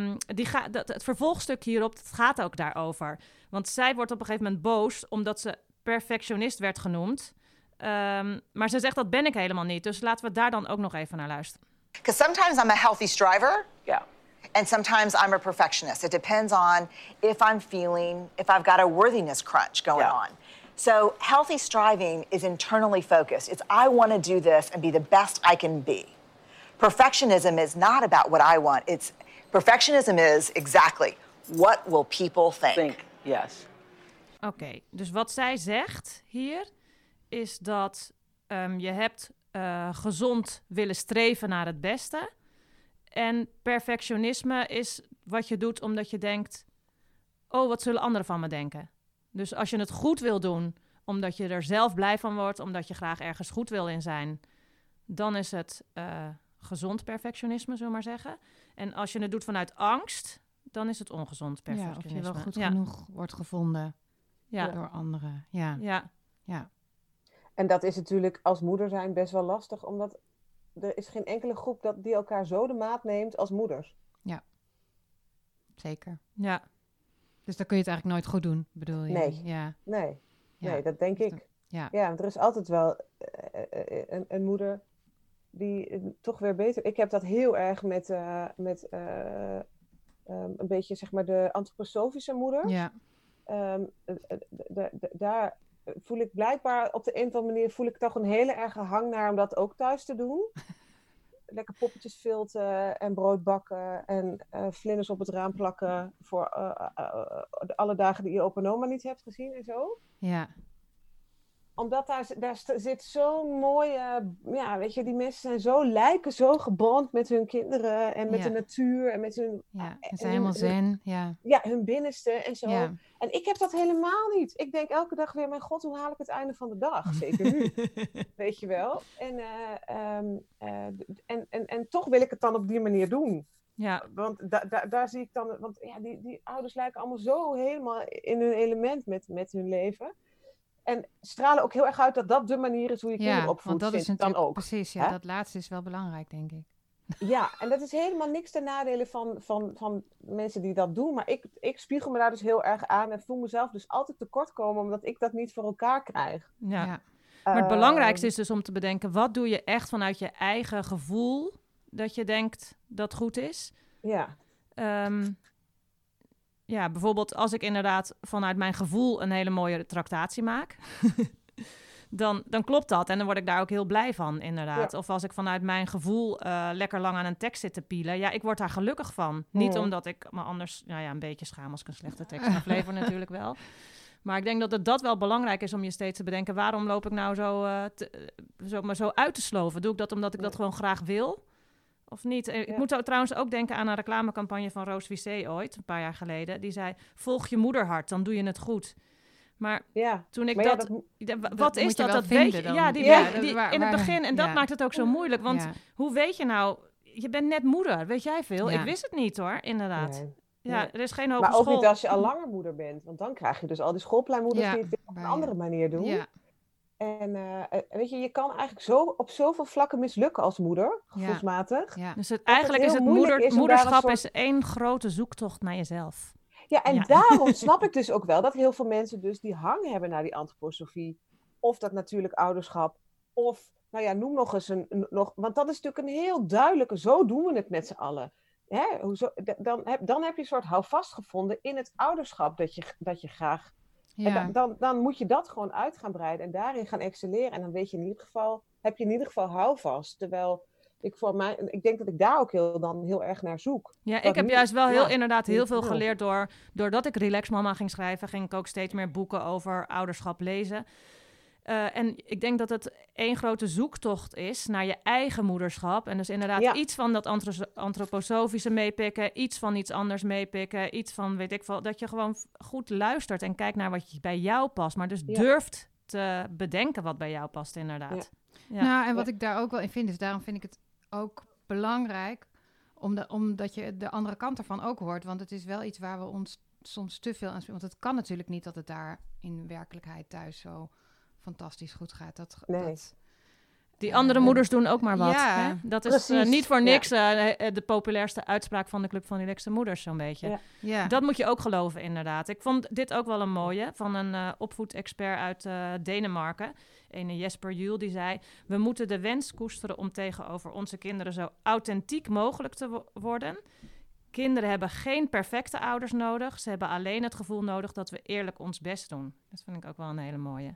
het vervolgstuk hierop, het gaat ook daarover. Want zij wordt op een gegeven moment boos omdat ze perfectionist werd genoemd. Maar ze zegt, dat ben ik helemaal niet. Dus laten we daar dan ook nog even naar luisteren. Because sometimes I'm a healthy striver. Yeah. And sometimes I'm a perfectionist. It depends on if I've got a worthiness crunch going on. So healthy striving is internally focused. It's I want to do this and be the best I can be. Perfectionism is not about what I want. Perfectionism is exactly what will people think. Yes. Oké, dus wat zij zegt hier is dat je hebt gezond willen streven naar het beste. En perfectionisme is wat je doet omdat je denkt, wat zullen anderen van me denken? Dus als je het goed wil doen, omdat je er zelf blij van wordt, omdat je graag ergens goed wil in zijn, dan is het gezond perfectionisme, zullen we maar zeggen. En als je het doet vanuit angst, dan is het ongezond perfectionisme. Ja, of je wel goed genoeg wordt gevonden door anderen. Ja. En dat is natuurlijk als moeder zijn best wel lastig, omdat er is geen enkele groep die elkaar zo de maat neemt als moeders. Ja, zeker. Ja. Dus dan kun je het eigenlijk nooit goed doen, bedoel je? Nee, dat denk ik. Ja, want er is altijd wel een moeder die toch weer beter... Ik heb dat heel erg met een beetje, zeg maar, de antroposofische moeders. Ja. Daar voel ik blijkbaar op de een of andere manier toch een hele erge hang naar om dat ook thuis te doen. Lekker poppetjes filten en brood bakken en vlinders op het raam plakken voor alle dagen die je opa en oma niet hebt gezien en zo. Ja. Omdat daar zit zo'n mooie... weet je, die mensen zijn zo geband met hun kinderen en met de natuur en met hun... Ja, ze zijn helemaal zen. Ja, hun binnenste en zo. Ja. En ik heb dat helemaal niet. Ik denk elke dag weer, mijn god, hoe haal ik het einde van de dag? Zeker nu. Weet je wel? En toch wil ik het dan op die manier doen. Ja. Want daar zie ik dan... Want die ouders lijken allemaal zo helemaal in hun element met hun leven. En stralen ook heel erg uit dat de manier is hoe je kinderen opvoedt. Want dat is natuurlijk dan ook. Precies, Hè? dat laatste is wel belangrijk, denk ik. Ja, en dat is helemaal niks ten nadele van mensen die dat doen. Maar ik spiegel me daar dus heel erg aan en voel mezelf dus altijd tekortkomen omdat ik dat niet voor elkaar krijg. Ja. Maar het belangrijkste is dus om te bedenken, wat doe je echt vanuit je eigen gevoel dat je denkt dat goed is? Ja. Ja, bijvoorbeeld als ik inderdaad vanuit mijn gevoel een hele mooie tractatie maak, dan klopt dat. En dan word ik daar ook heel blij van, inderdaad. Ja. Of als ik vanuit mijn gevoel lekker lang aan een tekst zit te pielen. Ja, ik word daar gelukkig van. Niet omdat ik me anders een beetje schaam als ik een slechte tekst aflever natuurlijk wel. Maar ik denk dat dat wel belangrijk is om je steeds te bedenken. Waarom loop ik nou zo uit te sloven? Doe ik dat omdat ik dat gewoon graag wil? Of niet? Ik moet trouwens ook denken aan een reclamecampagne van Roos Vissé ooit, een paar jaar geleden. Die zei, volg je moederhart, dan doe je het goed. Maar toen ik wat is dat? Dat weet je. Ja, in het begin. En dat maakt het ook zo moeilijk. Want hoe weet je nou... Je bent net moeder, weet jij veel? Ja. Ik wist het niet hoor, inderdaad. Nee. Ja, er is geen hoop maar school. Maar ook niet als je al langer moeder bent. Want dan krijg je dus al die schoolpleinmoeders die het op een andere manier doen. Ja. En weet je kan eigenlijk op zoveel vlakken mislukken als moeder, gevoelsmatig. Ja. Dus eigenlijk is het moederschap is één grote zoektocht naar jezelf. Ja, en daarom snap ik dus ook wel dat heel veel mensen dus die hang hebben naar die antroposofie. Of dat natuurlijk ouderschap. Of, noem nog eens want dat is natuurlijk een heel duidelijke, zo doen we het met z'n allen. Hè? Dan heb je een soort houvast gevonden in het ouderschap dat je graag... Ja. En dan moet je dat gewoon uit gaan breiden en daarin gaan excelleren. En dan heb je in ieder geval houvast. Terwijl ik denk dat ik daar ook heel erg naar zoek. Ja, ik heb juist wel heel veel geleerd doordat ik Relax Mama ging schrijven, ging ik ook steeds meer boeken over ouderschap lezen. En ik denk dat het één grote zoektocht is naar je eigen moederschap. En dus inderdaad iets van dat antroposofische meepikken, iets van iets anders meepikken, iets van, weet ik veel, dat je gewoon goed luistert en kijkt naar wat bij jou past. Maar dus durft te bedenken wat bij jou past, inderdaad. Ja. Nou, en wat ik daar ook wel in vind, is daarom vind ik het ook belangrijk, omdat je de andere kant ervan ook hoort. Want het is wel iets waar we ons soms te veel aan spelen. Want het kan natuurlijk niet dat het daar in werkelijkheid thuis zo fantastisch goed gaat. Die andere moeders doen ook maar wat. Ja, hè? Dat is niet voor niks de populairste uitspraak van de Club van Relaxte Moeders, zo'n beetje. Ja. Ja. Dat moet je ook geloven, inderdaad. Ik vond dit ook wel een mooie van een opvoedexpert uit Denemarken. Ene Jesper Juhl, die zei, we moeten de wens koesteren om tegenover onze kinderen zo authentiek mogelijk te worden. Kinderen hebben geen perfecte ouders nodig. Ze hebben alleen het gevoel nodig dat we eerlijk ons best doen. Dat vind ik ook wel een hele mooie.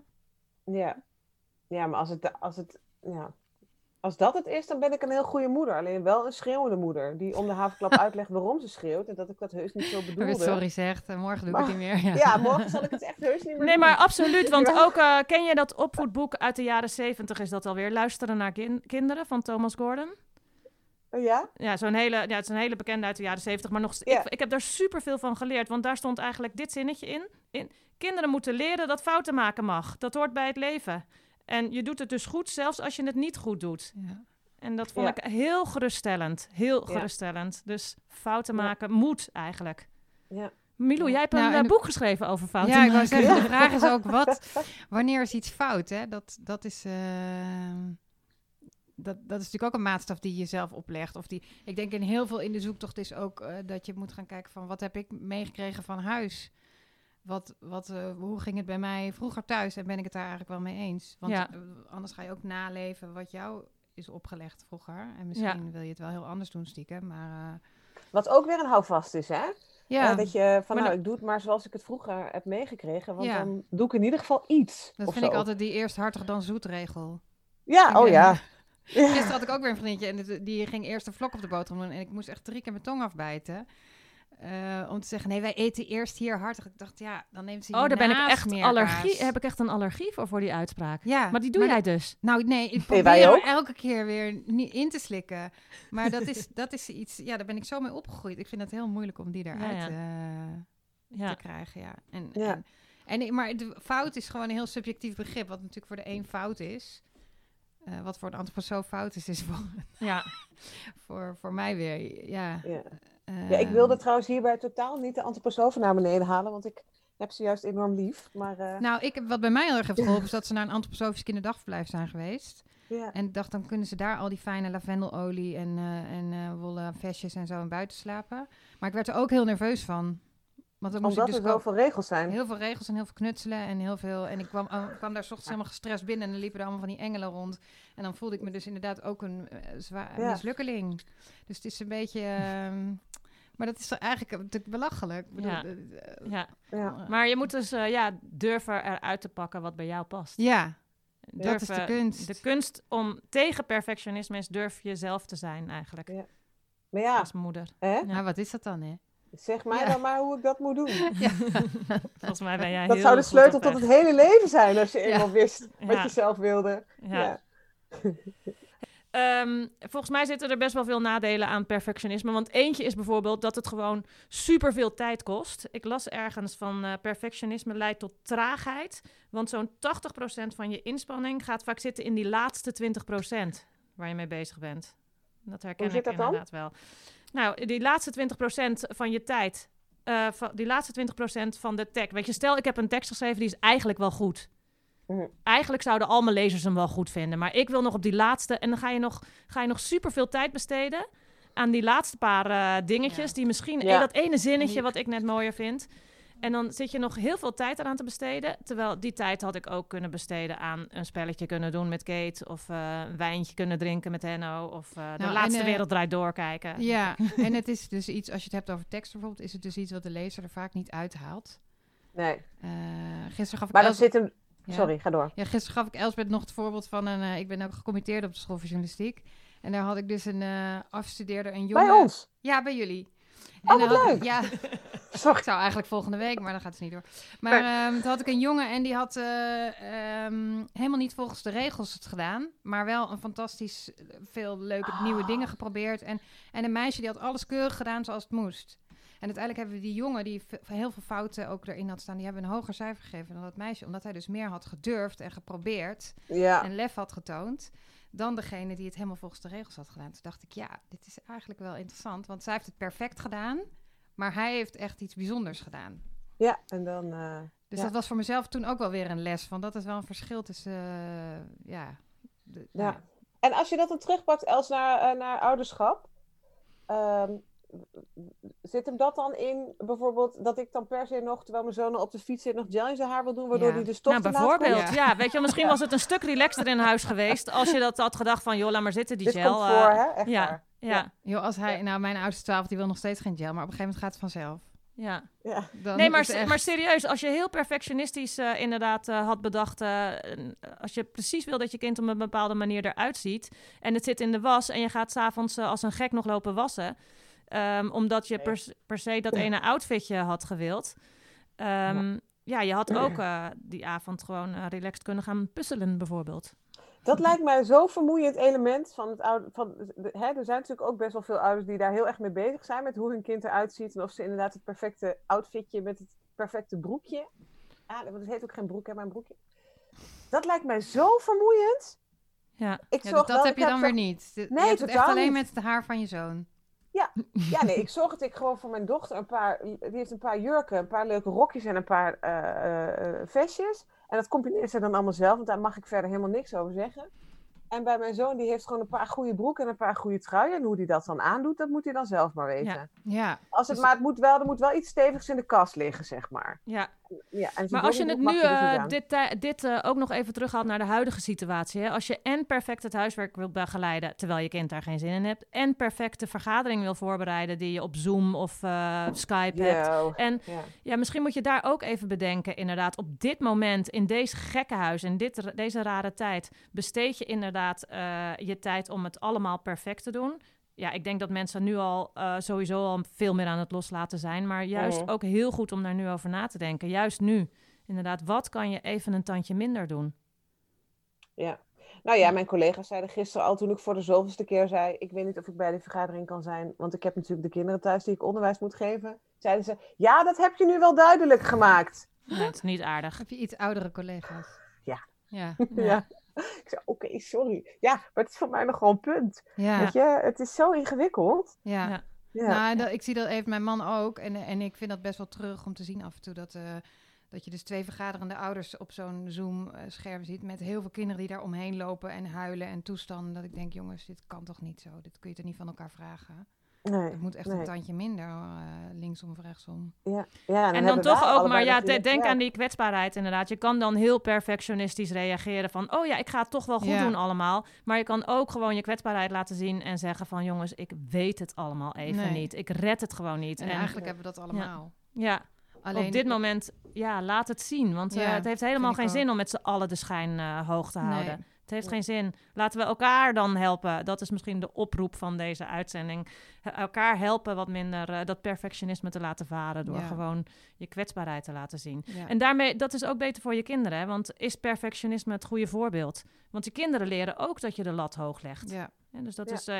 Ja, maar als dat het is, dan ben ik een heel goede moeder. Alleen wel een schreeuwende moeder. Die om de haverklap uitlegt waarom ze schreeuwt. En dat ik dat heus niet zo bedoelde. Sorry zegt, morgen doe ik het niet meer. Ja, morgen zal ik het echt heus niet meer doen. Maar absoluut. Want ook, ken je dat opvoedboek uit de jaren 70 is dat alweer? Luisteren naar kinderen van Thomas Gordon. Ja? Ja, het is een hele bekende uit de jaren 70. Maar ik heb daar superveel van geleerd. Want daar stond eigenlijk dit zinnetje in. Kinderen moeten leren dat fouten maken mag. Dat hoort bij het leven. En je doet het dus goed, zelfs als je het niet goed doet. Ja. En dat vond ik heel geruststellend. Heel geruststellend. Dus fouten maken moet eigenlijk. Ja. Milou, jij hebt een boek geschreven over fouten maken. Ja, ik wou zeggen, de vraag is ook, wanneer is iets fout? Hè? Dat is... Dat is natuurlijk ook een maatstaf die je zelf oplegt. Ik denk heel veel in de zoektocht is ook dat je moet gaan kijken van, wat heb ik meegekregen van huis? Hoe ging het bij mij vroeger thuis? En ben ik het daar eigenlijk wel mee eens? Want anders ga je ook naleven wat jou is opgelegd vroeger. En misschien wil je het wel heel anders doen stiekem. Maar, wat ook weer een houvast is, hè? Ja. Dat je van, ik doe het maar zoals ik het vroeger heb meegekregen. Want dan doe ik in ieder geval iets. Dat vind ik altijd die eerst hartig dan zoet regel. Ja, Gisteren had ik ook weer een vriendje en die ging eerst een vlok op de boterham doen. En ik moest echt 3 keer mijn tong afbijten. Om te zeggen, nee, wij eten eerst hier hartig. Ik dacht, dan neemt ze daar ben ik echt heb ik echt een allergie voor die uitspraak. Ja, maar die doe jij dus. Nou, nee, ik probeer elke keer weer niet in te slikken. Maar dat is iets, daar ben ik zo mee opgegroeid. Ik vind het heel moeilijk om die eruit te krijgen, maar de fout is gewoon een heel subjectief begrip, wat natuurlijk voor de een fout is. Wat voor een antroposoof fout is voor mij weer, ik wilde trouwens hierbij totaal niet de antroposofen naar beneden halen, want ik heb ze juist enorm lief. Maar, wat bij mij heel erg heeft geholpen is dat ze naar een antroposofisch kinderdagverblijf zijn geweest. Ja. En ik dacht, dan kunnen ze daar al die fijne lavendelolie en wollen vestjes en zo in buiten slapen. Maar ik werd er ook heel nerveus van. Omdat er zoveel regels zijn. Heel veel regels en heel veel knutselen en heel veel... En ik kwam daar 's ochtends helemaal gestrest binnen en dan liepen er allemaal van die engelen rond. En dan voelde ik me dus inderdaad ook een mislukkeling. Dus het is een beetje... maar dat is toch eigenlijk natuurlijk belachelijk. Maar je moet dus durven eruit te pakken wat bij jou past. Ja, dat is de kunst. De kunst om tegen perfectionisme is durf jezelf te zijn eigenlijk. Ja. Maar als moeder. Nou, wat is dat dan, hè? Zeg mij dan maar hoe ik dat moet doen. Volgens mij ben jij Dat heel zou de goed sleutel op tot weg. het hele leven zijn als je eenmaal wist wat Ja. je zelf wilde. Ja. Volgens mij zitten er best wel veel nadelen aan perfectionisme. Want eentje is bijvoorbeeld dat het gewoon superveel tijd kost. Ik las ergens van perfectionisme leidt tot traagheid. Want zo'n 80% van je inspanning gaat vaak zitten in die laatste 20% waar je mee bezig bent. Dat herken Hoe zit ik dat dan? inderdaad wel. Nou, die laatste 20% van je tijd, die laatste 20% van de tekst. Weet je, stel ik heb een tekst geschreven die is eigenlijk wel goed. Eigenlijk zouden al mijn lezers hem wel goed vinden. Maar ik wil nog op die laatste. En dan ga je nog superveel tijd besteden aan die laatste paar dingetjes. Die misschien dat ene zinnetje wat ik net mooier vind. En dan zit je nog heel veel tijd eraan te besteden. Terwijl die tijd had ik ook kunnen besteden aan een spelletje kunnen doen met Kate. Of een wijntje kunnen drinken met Henno. Of de laatste wereld draait door kijken. Ja, en het is dus iets, als je het hebt over tekst bijvoorbeeld, is het dus iets wat de lezer er vaak niet uithaalt. Nee. Gisteren gaf ik Maar dan zit hem... Sorry, ga door. Ja, gisteren gaf ik Elsbeth nog het voorbeeld van ik ben ook gecommitteerd op de school voor journalistiek. En daar had ik dus een afstudeerder, een jongen... Bij ons? Ja, bij jullie. En wat leuk! Ja, sorry. Ik zou eigenlijk volgende week, maar dan gaat het niet door. Maar toen had ik een jongen en die had helemaal niet volgens de regels het gedaan. Maar wel een fantastisch veel leuke nieuwe dingen geprobeerd. En een meisje die had alles keurig gedaan zoals het moest. En uiteindelijk hebben we die jongen, die heel veel fouten ook erin had staan, die hebben een hoger cijfer gegeven dan dat meisje. Omdat hij dus meer had gedurfd en geprobeerd en lef had getoond dan degene die het helemaal volgens de regels had gedaan. Toen dacht ik, ja, dit is eigenlijk wel interessant. Want zij heeft het perfect gedaan, maar hij heeft echt iets bijzonders gedaan. Ja, en dan... Dus dat was voor mezelf toen ook wel weer een les van. Dat is wel een verschil tussen, En als je dat dan terugpakt, Els, naar ouderschap... zit hem dat dan in, bijvoorbeeld, dat ik dan per se nog, terwijl mijn zoon op de fiets zit, nog gel in zijn haar wil doen, waardoor hij dus toch te laat komt? Bijvoorbeeld, weet je wel, misschien was het een stuk relaxter in huis geweest als je dat had gedacht van, joh, laat maar zitten, die Dit gel. komt voor, hè? Echt waar. Ja. Joh, als hij, mijn oudste 12, die wil nog steeds geen gel, maar op een gegeven moment gaat het vanzelf. Ja. Nee, maar serieus, als je heel perfectionistisch inderdaad had bedacht, als je precies wil dat je kind op een bepaalde manier eruit ziet en het zit in de was en je gaat 's avonds als een gek nog lopen wassen, omdat je per se dat ene outfitje had gewild. Je had ook die avond gewoon relaxed kunnen gaan puzzelen bijvoorbeeld. Dat lijkt mij zo'n vermoeiend element van het oude. Er zijn natuurlijk ook best wel veel ouders die daar heel erg mee bezig zijn. Met hoe hun kind eruit ziet. En of ze inderdaad het perfecte outfitje met het perfecte broekje. Want het heet ook geen broek, hè, maar een broekje. Dat lijkt mij zo vermoeiend. Ja, dat heb je dan weer niet. Nee, je hebt het echt alleen met het haar van je zoon. Ik zorg dat ik gewoon voor mijn dochter die heeft een paar jurken, een paar leuke rokjes en een paar vestjes. En dat combineert ze dan allemaal zelf, want daar mag ik verder helemaal niks over zeggen. En bij mijn zoon, die heeft gewoon een paar goede broeken en een paar goede truien. En hoe hij dat dan aandoet, dat moet hij dan zelf maar weten. Ja. Maar er moet wel iets stevigs in de kast liggen, zeg maar. Ja. En maar als je het nu dit ook nog even terughaalt naar de huidige situatie. Hè? Als je en perfect het huiswerk wilt begeleiden, terwijl je kind daar geen zin in hebt. En perfect de vergadering wil voorbereiden die je op Zoom of Skype hebt. En misschien moet je daar ook even bedenken. Inderdaad, op dit moment, in deze gekke huis, in deze rare tijd, besteed je inderdaad je tijd om het allemaal perfect te doen. Ja, ik denk dat mensen nu al sowieso al veel meer aan het loslaten zijn. Maar juist ook heel goed om daar nu over na te denken. Juist nu. Inderdaad, wat kan je even een tandje minder doen? Ja. Nou ja, mijn collega's zeiden gisteren al toen ik voor de zoveelste keer zei... ik weet niet of ik bij die vergadering kan zijn... want ik heb natuurlijk de kinderen thuis die ik onderwijs moet geven. Zeiden ze, ja, dat heb je nu wel duidelijk gemaakt. Nee, het is niet aardig. Heb je iets oudere collega's? Ja. Ik zei, oké, sorry. Ja, maar het is voor mij nog gewoon een punt. Ja. Weet je, het is zo ingewikkeld. Ja. Nou, ik zie dat heeft mijn man ook. En ik vind dat best wel terug om te zien af en toe dat je dus 2 vergaderende ouders op zo'n Zoom-scherm ziet met heel veel kinderen die daar omheen lopen en huilen en toestanden. Dat ik denk, jongens, dit kan toch niet zo? Dit kun je toch niet van elkaar vragen? Nee, het moet echt een tandje minder, linksom of rechtsom. En dan toch ook, maar denk aan die kwetsbaarheid inderdaad. Je kan dan heel perfectionistisch reageren van, oh ja, ik ga het toch wel goed doen allemaal. Maar je kan ook gewoon je kwetsbaarheid laten zien en zeggen van, jongens, ik weet het allemaal even niet. Ik red het gewoon niet. En eigenlijk hebben we dat allemaal. Ja. Alleen op dit moment, laat het zien. Want het heeft helemaal geen zin om met z'n allen de schijn hoog te houden. Het heeft geen zin. Laten we elkaar dan helpen. Dat is misschien de oproep van deze uitzending. Elkaar helpen wat minder dat perfectionisme te laten varen. Door gewoon je kwetsbaarheid te laten zien. Ja. En daarmee, dat is ook beter voor je kinderen. Hè? Want is perfectionisme het goede voorbeeld? Want je kinderen leren ook dat je de lat hoog legt. Ja. En dus dat is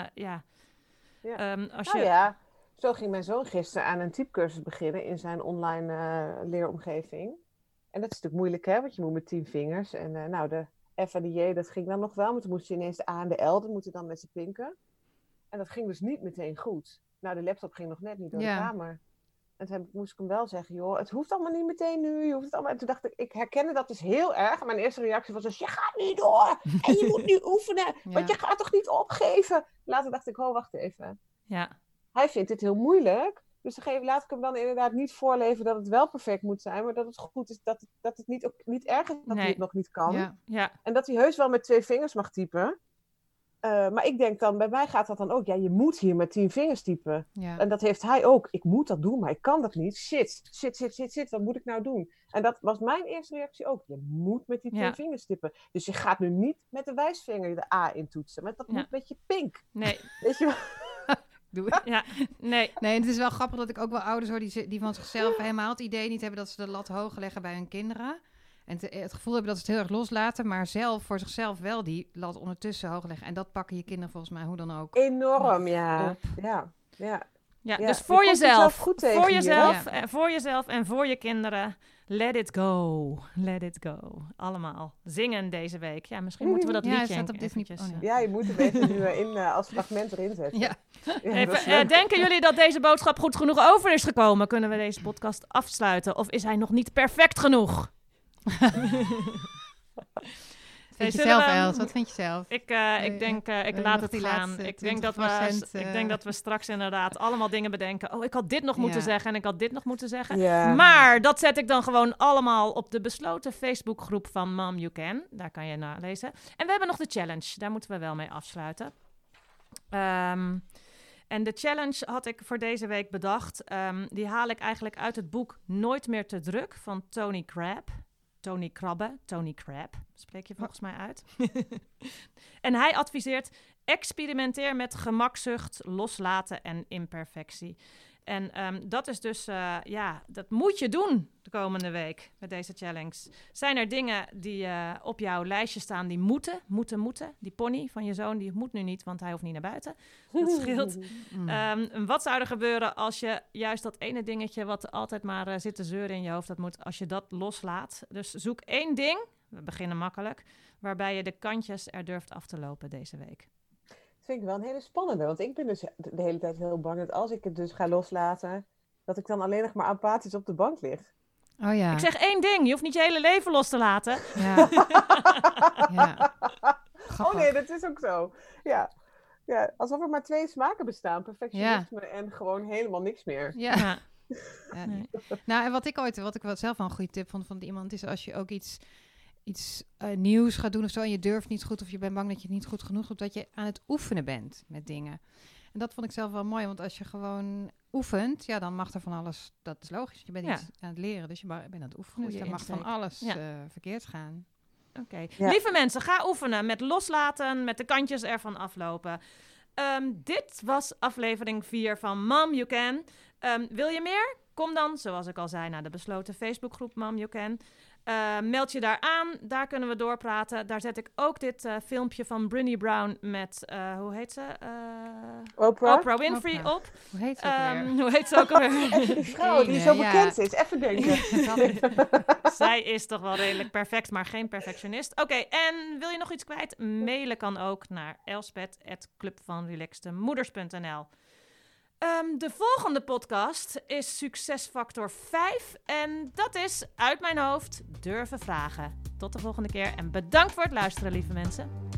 zo ging mijn zoon gisteren aan een typecursus beginnen in zijn online leeromgeving. En dat is natuurlijk moeilijk, hè? Want je moet met 10 vingers. En de F en de J, dat ging dan nog wel. Maar toen moest je ineens de A en de L, dat moet je dan met z'n pinken. En dat ging dus niet meteen goed. Nou, de laptop ging nog net niet door de kamer. En toen moest ik hem wel zeggen, joh, het hoeft allemaal niet meteen nu. Je hoeft het allemaal. En toen dacht ik herkende dat dus heel erg. En mijn eerste reactie was dus, je gaat niet door. En je moet nu oefenen. Want je gaat toch niet opgeven? Later dacht ik, wacht even. Ja. Hij vindt dit heel moeilijk. Dus laat ik hem dan inderdaad niet voorleven dat het wel perfect moet zijn. Maar dat het goed is dat het niet erg is dat hij het nog niet kan. Ja. Ja. En dat hij heus wel met 2 vingers mag typen. Maar ik denk dan, bij mij gaat dat dan ook. Ja, je moet hier met 10 vingers typen. Ja. En dat heeft hij ook. Ik moet dat doen, maar ik kan dat niet. Shit. Wat moet ik nou doen? En dat was mijn eerste reactie ook. Je moet met die 2 vingers typen. Dus je gaat nu niet met de wijsvinger de A intoetsen. Maar dat moet met je pink. Nee. Weet je wel? Doe ik. Ja, nee, het is wel grappig dat ik ook wel ouders hoor die van zichzelf helemaal het idee niet hebben dat ze de lat hoog leggen bij hun kinderen. En het gevoel hebben dat ze het heel erg loslaten, maar zelf voor zichzelf wel die lat ondertussen hoog leggen. En dat pakken je kinderen volgens mij hoe dan ook. Enorm, ja. Ja, dus voor jezelf. Voor jezelf en voor je kinderen. Let it go. Let it go. Allemaal. Zingen deze week. Ja, misschien moeten we dat liedje op eventjes... Ja, je moet hem even nu als fragment erin zetten. Ja. Even, denken jullie dat deze boodschap goed genoeg over is gekomen? Kunnen we deze podcast afsluiten? Of is hij nog niet perfect genoeg? Vind je zelf, Els? Wat vind je zelf? Ik laat het gaan. Ik denk dat we straks inderdaad allemaal dingen bedenken. Oh, ik had dit nog moeten zeggen en ik had dit nog moeten zeggen. Ja. Maar dat zet ik dan gewoon allemaal op de besloten Facebookgroep van Mom You Can. Daar kan je naar lezen. En we hebben nog de challenge. Daar moeten we wel mee afsluiten. En de challenge had ik voor deze week bedacht. Die haal ik eigenlijk uit het boek Nooit meer te druk van Tony Crabb, spreek je volgens mij uit. En hij adviseert, experimenteer met gemakzucht, loslaten en imperfectie. En dat is dus, dat moet je doen de komende week met deze challenge. Zijn er dingen die op jouw lijstje staan die moeten? Die pony van je zoon, die moet nu niet, want hij hoeft niet naar buiten. Dat scheelt. Wat zou er gebeuren als je juist dat ene dingetje wat altijd maar zit te zeuren in je hoofd, als je dat loslaat. Dus zoek 1 ding, we beginnen makkelijk, waarbij je de kantjes er durft af te lopen deze week. Dat vind ik wel een hele spannende, want ik ben dus de hele tijd heel bang dat als ik het dus ga loslaten, dat ik dan alleen nog maar apathisch op de bank lig. Oh ja. Ik zeg 1 ding, je hoeft niet je hele leven los te laten. Ja. Ja. Oh nee, dat is ook zo. Ja. Ja, alsof er maar 2 smaken bestaan, perfectionisme en gewoon helemaal niks meer. Ja. Ja. Nee. Nou, en wat ik zelf wel een goede tip vond van iemand is als je ook iets nieuws gaat doen of zo en je durft niet goed of je bent bang dat je het niet goed genoeg doet, dat je aan het oefenen bent met dingen. En dat vond ik zelf wel mooi, want als je gewoon oefent, ja, dan mag er van alles, dat is logisch. Je bent niet aan het leren, dus je bent aan het oefenen. Dus dan mag van alles verkeerd gaan. Oké. Ja. Lieve mensen, ga oefenen met loslaten, met de kantjes ervan aflopen. Dit was aflevering 4 van Mom You Can. Wil je meer? Kom dan, zoals ik al zei, naar de besloten Facebookgroep Mom You Can. Meld je daar aan, daar kunnen we doorpraten. Daar zet ik ook dit filmpje van Brené Brown met, hoe heet ze? Oprah Winfrey op. Hoe heet ze ook alweer? Hoe heet ze ook alweer? Die vrouw die zo bekend is, even denken. Zij is toch wel redelijk perfect, maar geen perfectionist. Oké, en wil je nog iets kwijt? Mailen kan ook naar elspeth@clubvanrelaxedemoeders.nl. De volgende podcast is succesfactor 5 en dat is uit mijn hoofd durven vragen. Tot de volgende keer en bedankt voor het luisteren, lieve mensen.